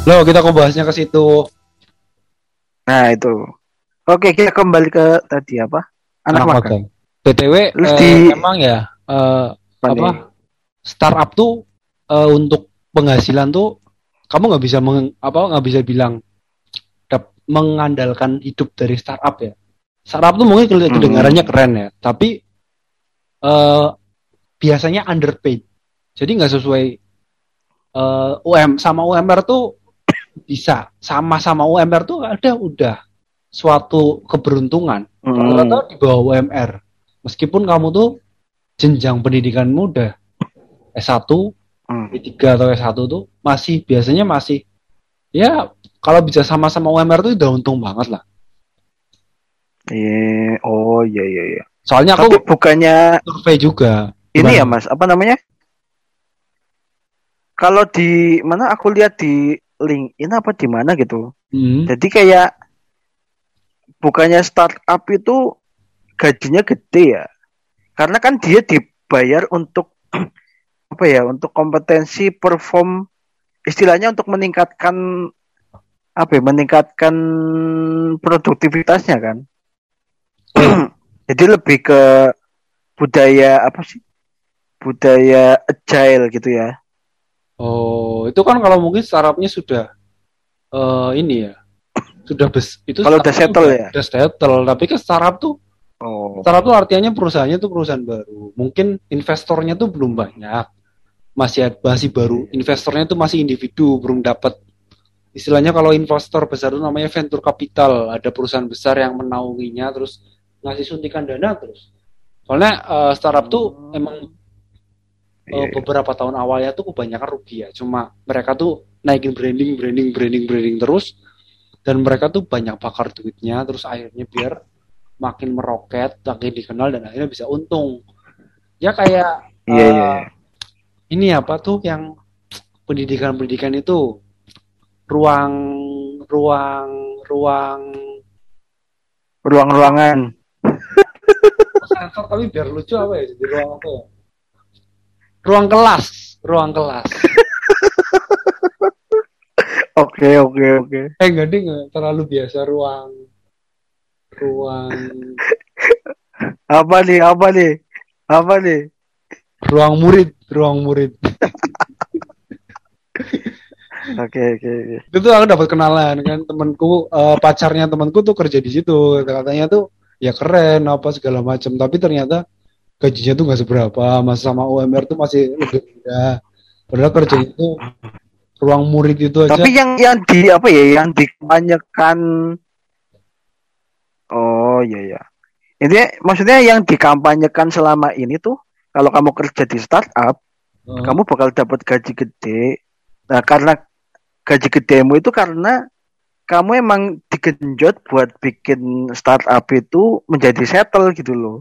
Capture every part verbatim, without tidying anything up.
Loh, kita kok bahasnya ke situ. Nah itu. Oke, kita kembali ke tadi apa? Anak Anak magang. magang. B T W Terus di eh, emang ya eh, apa apa nih? startup tuh eh, untuk penghasilan tuh kamu nggak bisa meng, apa nggak bisa bilang dap, mengandalkan hidup dari startup ya. Startup tuh mungkin Hmm. kedengarannya keren ya, tapi eh, biasanya underpaid. Jadi nggak sesuai eh, U M sama U M R tuh bisa sama-sama U M R tuh ada udah suatu keberuntungan. Hmm. Rata-rata di bawah U M R. Meskipun kamu tuh jenjang pendidikanmu udah S satu, Hmm. D tiga atau S satu tuh masih biasanya masih ya kalau bisa sama-sama U M R tuh udah untung banget lah. Iya. Oh iya iya iya. Soalnya Tapi aku bukannya survei juga. ini ya Gimana? Mas, apa namanya? Kalau di mana aku lihat di LinkedIn apa di mana gitu. Hmm. Jadi kayak bukannya startup itu gajinya gede ya. Karena kan dia dibayar untuk apa ya? Untuk kompetensi perform istilahnya untuk meningkatkan apa ya? Meningkatkan produktivitasnya kan. Oh, Jadi lebih ke budaya apa sih? Budaya agile gitu ya. oh itu kan kalau mungkin startupnya sudah eh, ini ya sudah bes itu Kalau udah startupnya settle udah ya. udah settle. Tapi ke startup tuh Oh. startup tuh artinya perusahaannya tuh perusahaan baru. Mungkin investornya tuh belum banyak. Masih masih baru. Investornya tuh masih individu, belum dapat istilahnya kalau investor besar itu namanya venture capital. Ada perusahaan besar yang menaunginya terus ngasih suntikan dana terus. Soalnya uh, startup tuh emang Hmm. uh, Iya. Iya. beberapa tahun awalnya tuh kebanyakan rugi ya. Cuma mereka tuh naikin branding, branding, branding, branding terus dan mereka tuh banyak bakar duitnya terus akhirnya biar makin meroket, makin dikenal dan akhirnya bisa untung. Ya kayak Iya iya. uh, Iya. ini apa tuh yang pendidikan-pendidikan itu ruang ruang ruang Ruang-ruangan. sensor tapi biar lucu apa ya jadi ruang apa ya ruang kelas ruang kelas Oke oke oke. eh enggak deh nggak terlalu biasa ruang ruang Apa nih? Apa nih? Apa nih? ruang murid ruang murid Oke oke oke. itu tuh aku dapat kenalan kan temanku uh, pacarnya temanku tuh kerja di situ katanya tuh ya keren apa segala macam tapi ternyata gajinya tuh nggak seberapa mas sama U M R tuh masih lebih rendah padahal kerjanya itu ruang murid itu aja. Tapi yang yang di apa ya? Yang dikampanyekan. Oh iya iya. Ini maksudnya yang dikampanyekan selama ini tuh kalau kamu kerja di startup, uh, kamu bakal dapat gaji gede. Nah, karena gaji gedemu itu karena kamu emang digenjot buat bikin startup itu menjadi settle gitu loh.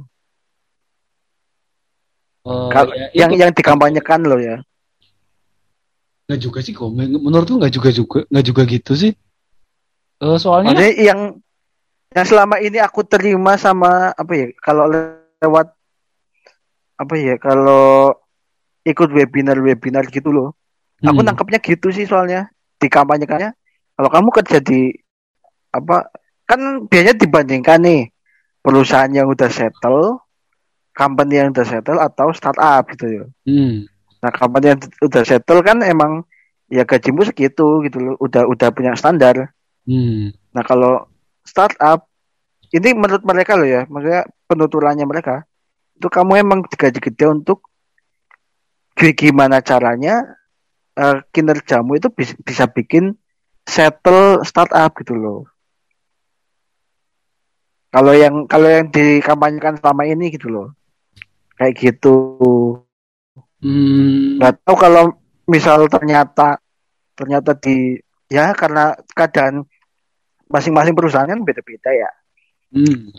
uh, Kalau ya yang itu yang dikampanyekan loh ya. nggak juga sih kok menurutku nggak juga juga nggak juga gitu sih. Uh, soalnya Maksudnya yang yang selama ini aku terima sama apa ya? Kalau lewat apa ya? Kalau ikut webinar-webinar gitu loh. Aku hmm, nangkepnya gitu sih soalnya dikampanyekannya. Kalau kamu kerja di apa kan biasanya dibandingkan nih perusahaan yang udah settle, company yang udah settle atau startup gitu ya. hmm, Nah, company yang udah settle kan emang ya gajimu segitu gitu loh, udah udah punya standar. hmm. Nah, kalau startup ini menurut mereka loh ya, maksudnya penuturannya mereka itu kamu emang digaji gede untuk gimana caranya uh, kinerjamu itu bisa, bisa bikin settle startup gitu loh. Kalau yang kalau yang dikampanyekan selama ini gitu loh. Kayak gitu. Hmm, Nggak tahu kalau misal ternyata ternyata di ya karena keadaan masing-masing perusahaan kan beda-beda ya. hmm.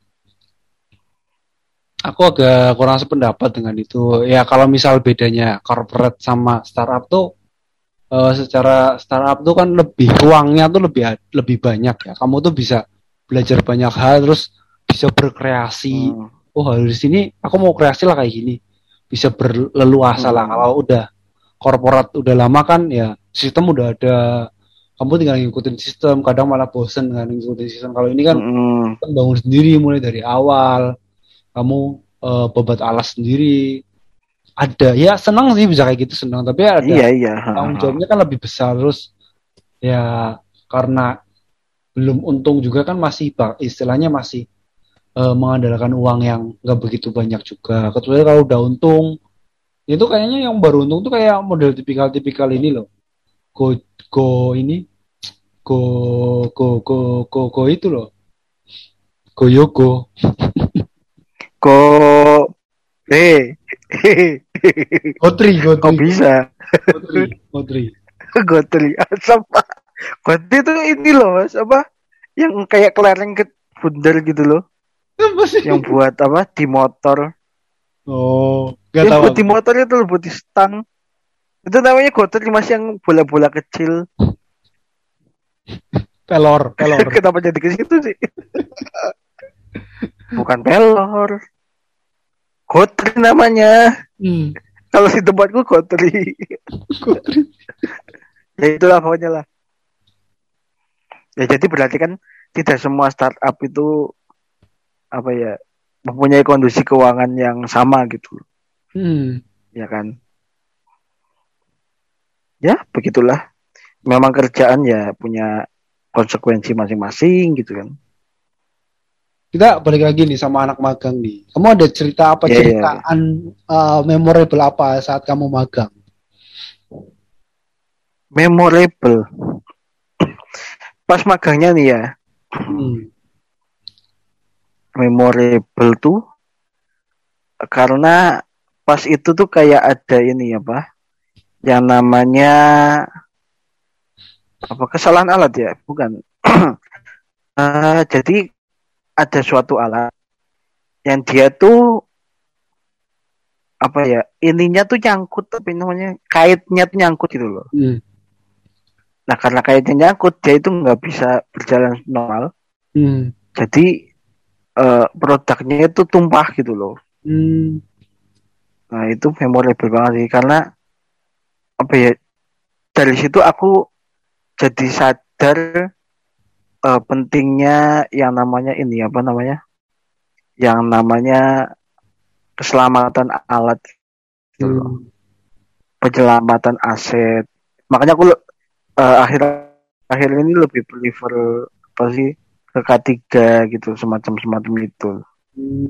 Aku agak kurang sependapat dengan itu. Ya kalau misal bedanya corporate sama startup tuh eh, secara startup tuh kan lebih ruangnya tuh lebih lebih banyak ya. Kamu tuh bisa belajar banyak hal terus bisa berkreasi. Hmm. Oh harus ini aku mau kreasi lah kayak gini. Bisa berleluasa lah. Hmm. Kalau udah korporat udah lama kan ya sistem udah ada kamu tinggal ngikutin sistem, kadang malah bosen kan ngikutin sistem. Kalau ini kan Mm-mm. kan bangun sendiri mulai dari awal, kamu uh, bebat alas sendiri. Ada, ya senang sih bisa kayak gitu senang, tapi ada Iya iya. tanggung jawabnya kan lebih besar terus ya karena belum untung juga kan masih istilahnya masih uh, mengandalkan uang yang nggak begitu banyak juga. Kecuali kalau udah untung, itu kayaknya yang baru untung tuh kayak model tipikal-tipikal ini loh. Go go ini go go go go go itu loh. Go Yogo. Go eh Gotri, Gotri. kok bisa? Gotri, Gotri. Gotri apa? Gotri itu ini loh mas apa? Yang kayak kelereng ke bundar gitu loh. Apa sih? Yang buat apa di motor. Oh, gak Yang tahu. buat di motor itu loh, buat di stang. Itu namanya Gotri mas, yang bola-bola kecil. Pelor, pelor. Kenapa jadi ke situ sih? Bukan pelor. Gotri namanya. Hmm. Kalau di tempatku Gotri. Gotri. Ya itulah pokoknya lah. Ya jadi berarti kan tidak semua startup itu apa ya mempunyai kondisi keuangan yang sama gitu. Hmm. Ya kan. Ya begitulah. Memang kerjaan ya punya konsekuensi masing-masing gitu kan. Kita balik lagi nih sama anak magang nih. Kamu ada cerita apa, yeah, ceritaan yeah. Uh, memorable apa saat kamu magang? Memorable. Pas magangnya nih ya. Hmm. Memorable tuh karena pas itu tuh kayak ada ini apa? Yang namanya apa kesalahan alat ya? Bukan. uh, jadi ada suatu alat yang dia tuh apa ya, ininya tuh nyangkut, tapi namanya kaitnya tuh nyangkut gitu loh. Hmm. Nah karena kaitnya nyangkut, dia itu nggak bisa berjalan normal. Hmm. Jadi uh, produknya itu tumpah gitu loh. Hmm. Nah itu memorable banget sih, karena apa ya, dari situ aku jadi sadar uh, pentingnya yang namanya ini apa namanya, yang namanya keselamatan alat gitu loh. Hmm. Penyelamatan aset. Makanya aku uh, akhir akhir ini lebih prefer apa sih ke K tiga gitu, semacam semacam itu. Hmm.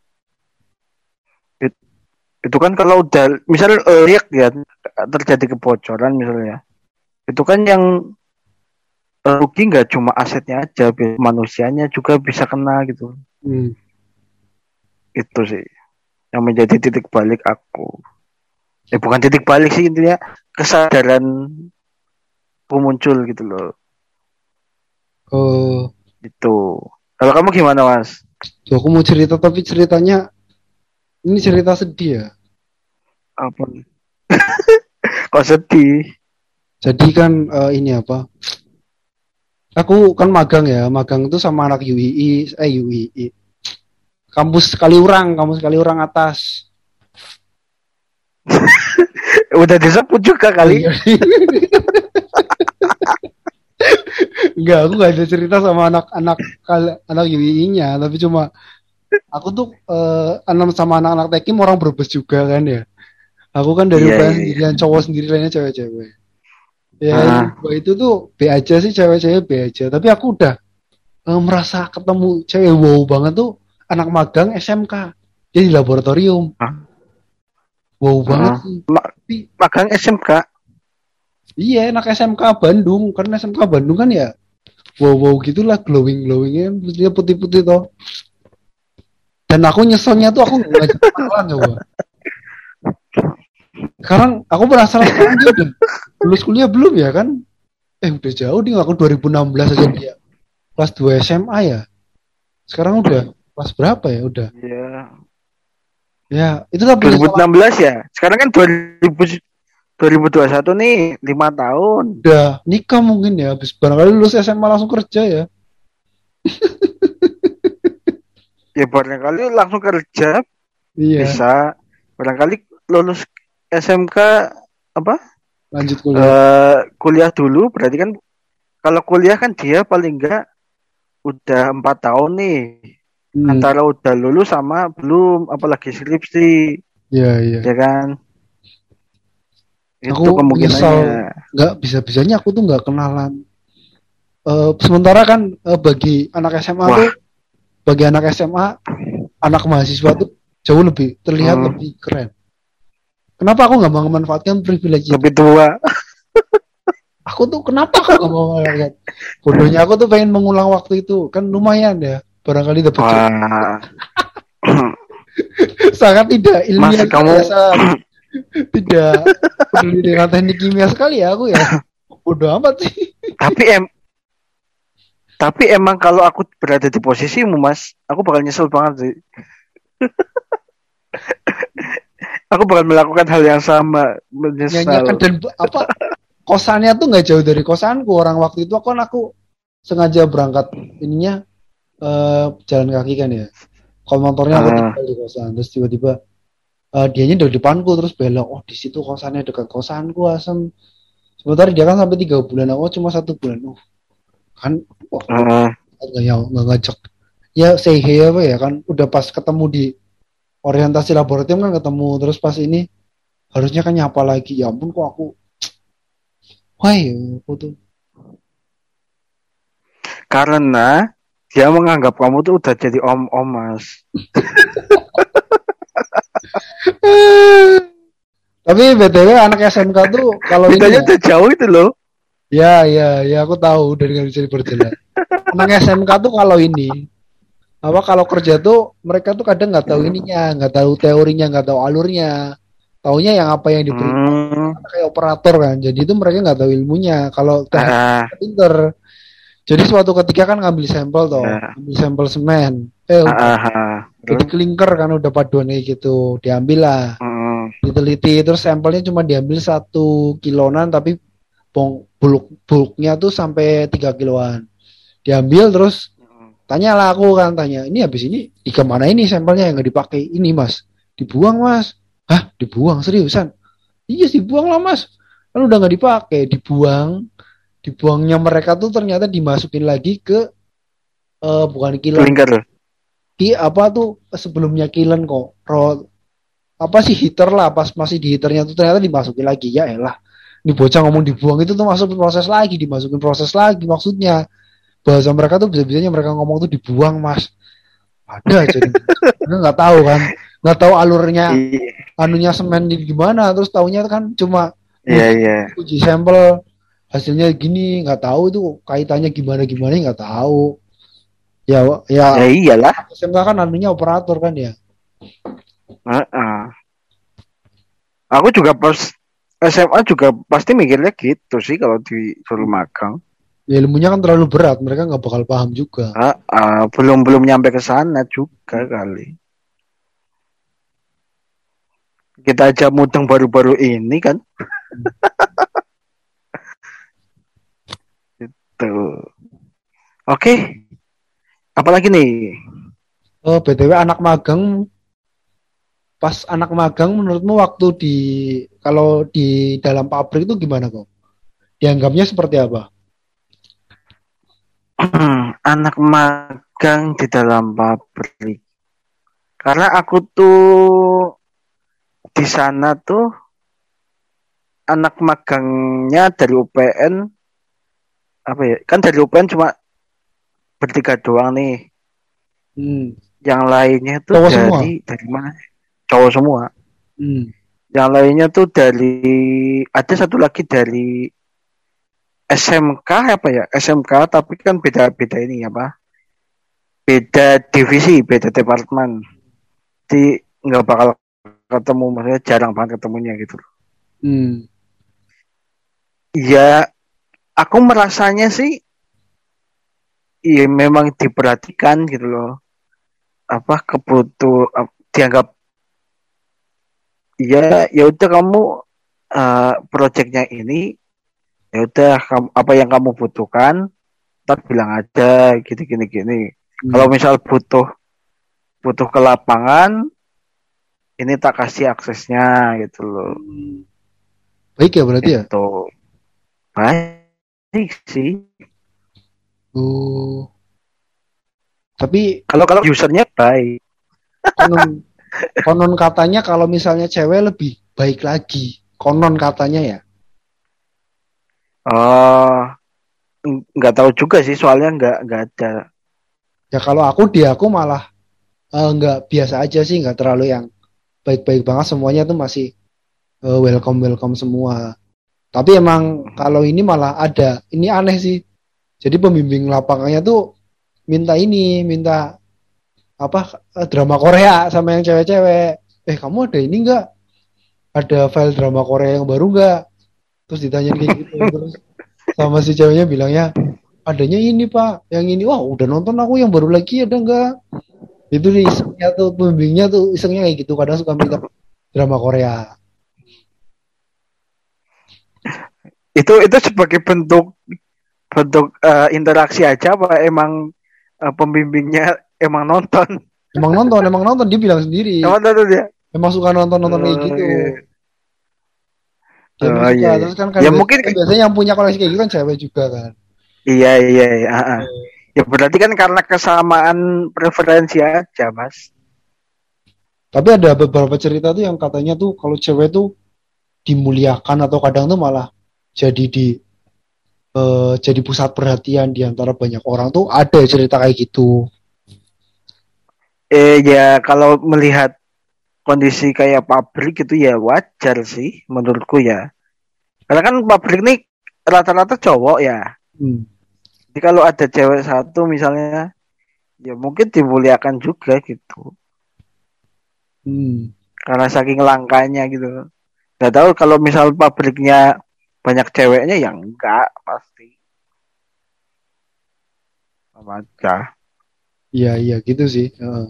It, itu kan kalau udah misalnya uh, lihat ya terjadi kebocoran misalnya, itu kan yang uh, rugi nggak cuma asetnya aja, manusianya juga bisa kena gitu. Hmm. Itu sih yang menjadi titik balik aku. Eh bukan titik balik sih, intinya kesadaran aku muncul gitu loh. Oh, itu. Kalau kamu gimana, Mas? Tuh, aku mau cerita, tapi ceritanya ini cerita sedih ya. Apa? Kok sedih? Jadi kan uh, ini apa? Aku kan magang ya, magang itu sama anak U I I, eh U I I. Kampus Kaliurang, kampus Kaliurang atas. Udah disebut juga kali. Enggak, aku gak ada cerita sama anak-anak anak U I I-nya, tapi cuma aku tuh uh, anak sama anak-anak Tekim orang Brebes juga kan ya. Aku kan dari yeah, U P N yeah, sendirian, yeah. Cowok sendiri, lainnya cewek-cewek. Ya, ah. itu tuh B aja sih, cewek-cewek B aja. Tapi aku udah uh, merasa ketemu cewek wow banget tuh. Anak magang S M K, dia di laboratorium. Hah? Wow banget sih. Ma- magang S M K? Iya, anak S M K Bandung. Karena S M K Bandung kan ya wow-wow gitulah, glowing-glowingnya, dia putih-putih toh. Dan aku nyeselnya tuh aku ngajak kenalan coba. Sekarang aku penasaran, sekarang dia udah lulus kuliah belum ya kan? Eh udah jauh nih, aku dua ribu enam belas aja dia. Kelas dua S M A ya. Sekarang udah kelas berapa ya udah? Iya. Ya, itu tapi dua ribu enam belas ya. Sekarang kan dua ribu dua ribu dua puluh satu nih, lima tahun. Udah nikah mungkin ya, habis barangkali lulus S M A langsung kerja ya. Ya barangkali langsung kerja. Iya. Bisa. Barangkali lulus S M K apa? Lanjut kuliah. Uh, kuliah dulu, berarti kan kalau kuliah kan dia paling enggak udah empat tahun nih. Hmm. Antara udah lulus sama belum, apalagi skripsi. Iya, iya. Ya kan? Aku Itu kemungkinannya. menyesal nggak bisa-bisanya aku tuh nggak kenalan. Eh, sementara kan eh, bagi anak S M A Wah. tuh, bagi anak S M A, anak mahasiswa tuh jauh lebih terlihat Hmm. lebih keren. Kenapa aku nggak mau memanfaatkan privilege itu? Lebih tua. Aku tuh kenapa aku nggak mau memanfaatkan? Bodohnya aku tuh pengen mengulang waktu itu, kan lumayan ya, barangkali dapat job. Wah. Sangat tidak ilmiah Mas, kamu ya, sangat tidak peduli dengan teknik kimia sekali ya aku ya. Bodoh amat sih. tapi em tapi emang kalau aku berada di posisimu, Mas, aku bakal nyesel banget sih. Aku bakal melakukan hal yang sama, menyesal. Nyanyiakan dan apa kosannya tuh nggak jauh dari kosanku. Orang waktu itu kan aku sengaja berangkat ininya eh, jalan kaki kan ya. Kalau motornya aku Ah. tinggal di kosan, terus tiba-tiba uh, dianya dari depanku terus belok. Oh di situ kosannya dekat kosanku asem. Sementara dia kan sampai tiga bulan, aku cuma satu bulan. Oh kan, wah Ah. nggak ya nggak ngajak. Ya say hey apa ya kan, udah pas ketemu di orientasi laboratorium kan ketemu, terus pas ini harusnya kan nyapa lagi. Ya ampun kok aku, wah aku tuh. Karena dia menganggap kamu tuh udah jadi om-om, Mas. Tapi B T W anak S M K tuh kalau ini Bedanya ya, udah jauh itu loh. ya ya ya aku tahu udah nggak bisa diperjelas. Anak S M K tuh kalau ini apa kalau kerja tuh mereka tuh kadang nggak tahu ininya, nggak tahu teorinya, nggak tahu alurnya. Taunya yang apa yang diperintah Hmm. kayak operator kan. Jadi itu mereka nggak tahu ilmunya. Kalau teknik Ah. pinter. Jadi suatu ketika kan ngambil sampel toh, Nah. ambil sampel semen. Eh udah Ah. Ah. jadi kelinker kan udah paduan kayak gitu. Diambil lah, Hmm. diteliti terus sampelnya cuma diambil satu kiloan tapi bong bulk bulknya tuh sampai tiga kiloan. Diambil terus tanyalah aku kan tanya, ini habis ini di kemana ini sampelnya yang nggak dipakai? Ini mas, dibuang mas. Hah, dibuang seriusan? Iya dibuang lah mas. Kan udah nggak dipakai, dibuang. Dibuangnya mereka tuh ternyata dimasukin lagi ke uh, bukan kilen. Kelinker. Di apa tuh sebelumnya kilen kok. Roll apa sih heater lah, pas masih di heaternya tuh ternyata dimasukin lagi. Ya elah. Ini bocah ngomong dibuang itu tuh masuk proses lagi, dimasukin proses lagi maksudnya. Bahasa mereka tuh bisa-bisanya mereka ngomong tuh dibuang mas. Ada aja mereka nggak tahu kan, nggak tahu alurnya anunya semen di gimana, terus taunya kan cuma Iya iya. uji sampel hasilnya gini, nggak tahu itu kaitannya gimana gimana nggak tahu. Ya ya. Ya iyalah. S M K kan anunya operator kan ya. Uh-uh. Aku juga pas S M A juga pasti mikirnya gitu sih kalau disuruh magang. Ya, ilmunya kan terlalu berat, mereka nggak bakal paham juga. Uh, uh, belum belum nyampe ke sana juga kali. Kita aja mudeng baru-baru ini kan. Gitu. Oke. Okay. Apalagi nih? Oh, B T W anak magang, pas anak magang menurutmu waktu di kalau di dalam pabrik itu gimana kok? Dianggapnya seperti apa? Anak magang di dalam pabrik. Karena aku tuh di sana tuh anak magangnya dari U P N apa ya? Kan dari U P N cuma bertiga doang nih. Hmm. Yang lainnya tuh cowok dari semua? dari mana? Cowok semua. Hmm. Yang lainnya tuh dari ada satu lagi dari S M K apa ya? S M K tapi kan beda-beda ini apa? Beda divisi, beda departemen. Jadi nggak bakal ketemu, maksudnya jarang banget ketemunya gitu. Hmm. Ya, aku merasanya sih, iya memang diperhatikan gitu loh. Apa kebutuh dianggap, ya ya udah kamu uh, proyeknya ini, ya udah apa yang kamu butuhkan, ntar bilang aja gini gini gini. Hmm. Kalau misal butuh butuh ke lapangan, ini tak kasih aksesnya gitu loh. Baik ya berarti ya? Itu baik sih. Oh, tapi Kalau kalau usernya baik. konon konon katanya kalau misalnya cewek lebih baik lagi. Konon katanya ya. Oh, n- nggak tahu juga sih soalnya nggak nggak ada. Ya kalau aku di aku malah eh, nggak biasa aja sih, nggak terlalu yang baik-baik banget, semuanya tuh masih eh, welcome welcome semua. Tapi emang kalau ini malah ada, ini aneh sih. Jadi pembimbing lapangannya tuh minta ini, minta apa eh, drama Korea sama yang cewek-cewek. Eh kamu ada ini nggak? Ada file drama Korea yang baru nggak? Terus ditanyain kayak gitu. Terus sama si ceweknya bilangnya adanya ini pak, yang ini. Wah udah nonton aku, yang baru lagi ada nggak? Itu nih isengnya tuh, pembimbingnya tuh isengnya kayak gitu. Kadang suka minta drama Korea. Itu itu sebagai bentuk bentuk eh, interaksi aja apa emang eh, pembimbingnya emang nonton? Emang nonton, emang nonton, dia bilang sendiri. Emang nonton dia? Emang suka nonton-nonton kayak Oh gitu. iya. Dia emang Oh suka. iya, iya. Terus kan kan Ya biasanya, mungkin kan biasanya yang punya koleksi kayak gitu kan cewek juga kan. iya iya iya. ah, ah. Ya berarti kan karena kesamaan preferensi aja, Mas. Tapi ada beberapa cerita tuh yang katanya tuh kalau cewek tuh dimuliakan atau kadang tuh malah jadi di eh, jadi pusat perhatian di antara banyak orang tuh, ada cerita kayak gitu. Eh ya kalau melihat kondisi kayak pabrik itu ya wajar sih menurutku ya. Karena kan pabrik nih rata-rata cowok ya. Hmm. Jadi kalau ada cewek satu misalnya ya mungkin dimuliakan juga gitu. Hmm. Karena saking langkanya gitu. Gak tahu kalau misal pabriknya banyak ceweknya ya enggak pasti sama aja. Iya iya gitu sih. Heeh.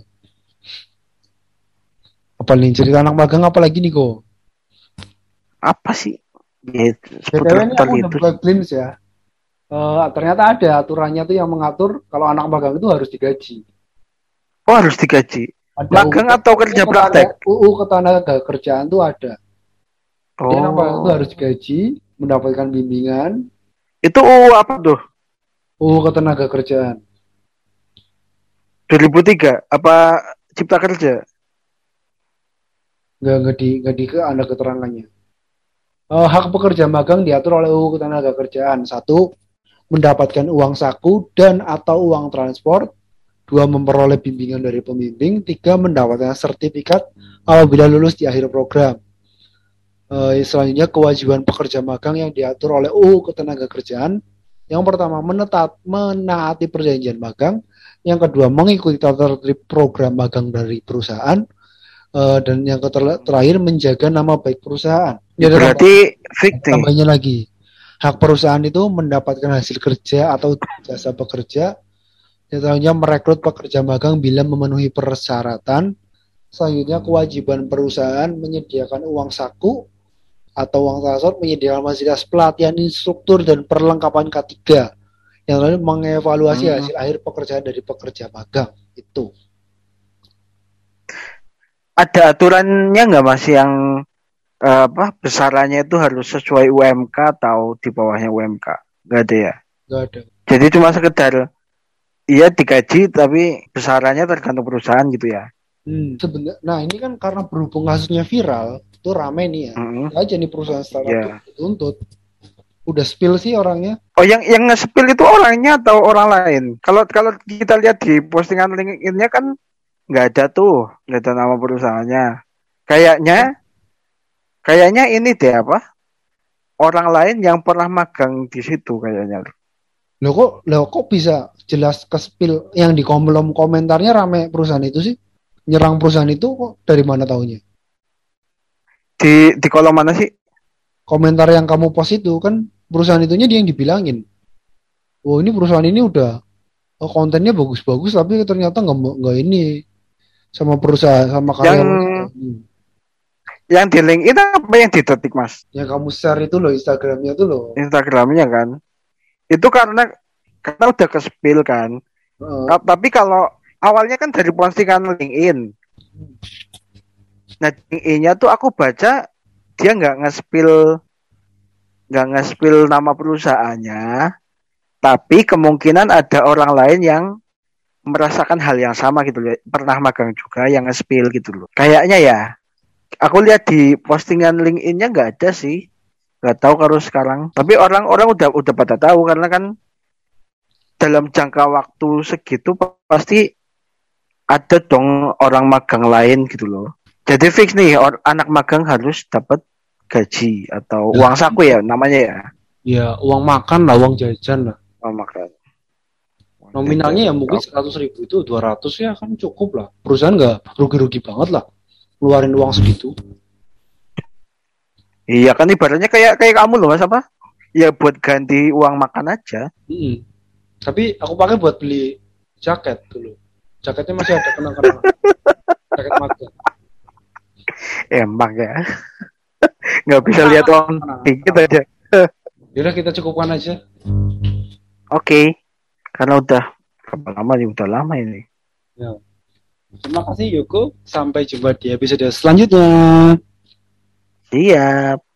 Apa nih cerita anak magang apa lagi nih kok? Apa sih? Ya, B T W ini seputar-seputar aku udah gitu buka sih. Glimpse ya. Eh, ternyata ada aturannya tuh yang mengatur kalau anak magang itu harus digaji. Oh harus digaji. Ada Magang U U, atau kerja praktek? U U ketenaga kerjaan tuh ada. Jadi anak magang itu Oh harus digaji, mendapatkan bimbingan. itu U U apa tuh? U U ketenaga kerjaan. dua ribu tiga apa Cipta Kerja? Nggak nggak di nggak di ke ada keterangannya. Eh, hak pekerja magang diatur oleh U U ketenaga kerjaan. Satu, mendapatkan uang saku dan atau uang transport. Dua, memperoleh bimbingan dari pembimbing. Tiga, mendapatkan sertifikat apabila lulus di akhir program. Eh, selanjutnya kewajiban pekerja magang yang diatur oleh U U Ketenagakerjaan. Yang pertama, menetat, menaati perjanjian magang. Yang kedua, mengikuti tata tertib program magang dari perusahaan. Eh, dan yang terakhir, menjaga nama baik perusahaan. Ya, Berarti fix nih. tambahnya lagi, hak perusahaan itu mendapatkan hasil kerja atau jasa pekerja. Selanjutnya, merekrut pekerja magang bila memenuhi persyaratan. Selanjutnya, kewajiban perusahaan menyediakan uang saku atau uang transport, menyediakan fasilitas pelatihan instruktur dan perlengkapan K tiga. Yang lain mengevaluasi Hmm. hasil akhir pekerjaan dari pekerja magang. Itu. Ada aturannya nggak Mas yang eh, apa besarannya itu harus sesuai U M K atau di bawahnya U M K? Nggak ada ya? Nggak ada. Jadi cuma sekedar iya digaji tapi besarannya tergantung perusahaan gitu ya? Hmm. Sebenarnya, nah ini kan karena berhubung kasusnya viral, itu rame nih ya. Hmm. Nggak aja nih perusahaan startup Ya. tuh dituntut. Udah spill sih orangnya. Oh yang yang nge-spill itu orangnya atau orang lain? Kalau kalau kita lihat di postingan LinkedIn-nya kan nggak ada tuh, nggak ada nama perusahaannya. Kayaknya kayaknya ini deh apa? Orang lain yang pernah magang di situ kayaknya. Loh kok, loh kok bisa jelas ke spill, yang di kolom komentarnya rame perusahaan itu sih? Nyerang perusahaan itu kok dari mana taunya? Di di kolom mana sih? Komentar yang kamu post itu kan perusahaan itunya dia yang dibilangin. Oh ini perusahaan ini udah oh, kontennya bagus-bagus tapi ternyata nggak nggak ini sama perusahaan sama Yang karyawan. Hmm. yang di LinkedIn apa yang di Detik Mas? Yang kamu share itu loh Instagramnya tuh loh. Instagramnya kan. Itu karena karena udah ke spill kan. Uh, Ta- Tapi kalau awalnya kan dari postingan LinkedIn. Nah, LinkedIn-nya tuh aku baca dia nggak nge-spill nggak nge-spill nama perusahaannya, Tapi kemungkinan ada orang lain yang merasakan hal yang sama gitu loh. Pernah magang juga yang nge-spill gitu loh. Kayaknya ya. Aku lihat di postingan LinkedIn-nya nggak ada sih. Nggak tahu kalau sekarang. Tapi orang-orang udah udah pada tahu karena kan dalam jangka waktu segitu pasti ada dong orang magang lain gitu loh. Jadi fix nih or, anak magang harus dapat gaji atau ya. Uang saku ya namanya ya. Ya uang makan lah, uang jajan lah. Uang makan. Nominalnya ya mungkin seratus ribu itu dua ratus ya kan cukup lah. Perusahaan nggak rugi-rugi banget lah keluarin uang segitu. Iya kan ibaratnya kayak kayak kamu loh Mas apa? Ya buat ganti uang makan aja. Hmm. Tapi aku pakai buat beli jaket dulu. Jaketnya masih ada kenang-kenang. Jaket magang. Emang ya. Nggak bisa lihat uang dikit aja. Yaudah kita cukupkan aja. Oke. Okay. Karena udah berapa lama nih? Udah lama ini. Ya. Terima kasih Yoko. Sampai jumpa di episode selanjutnya. Siap.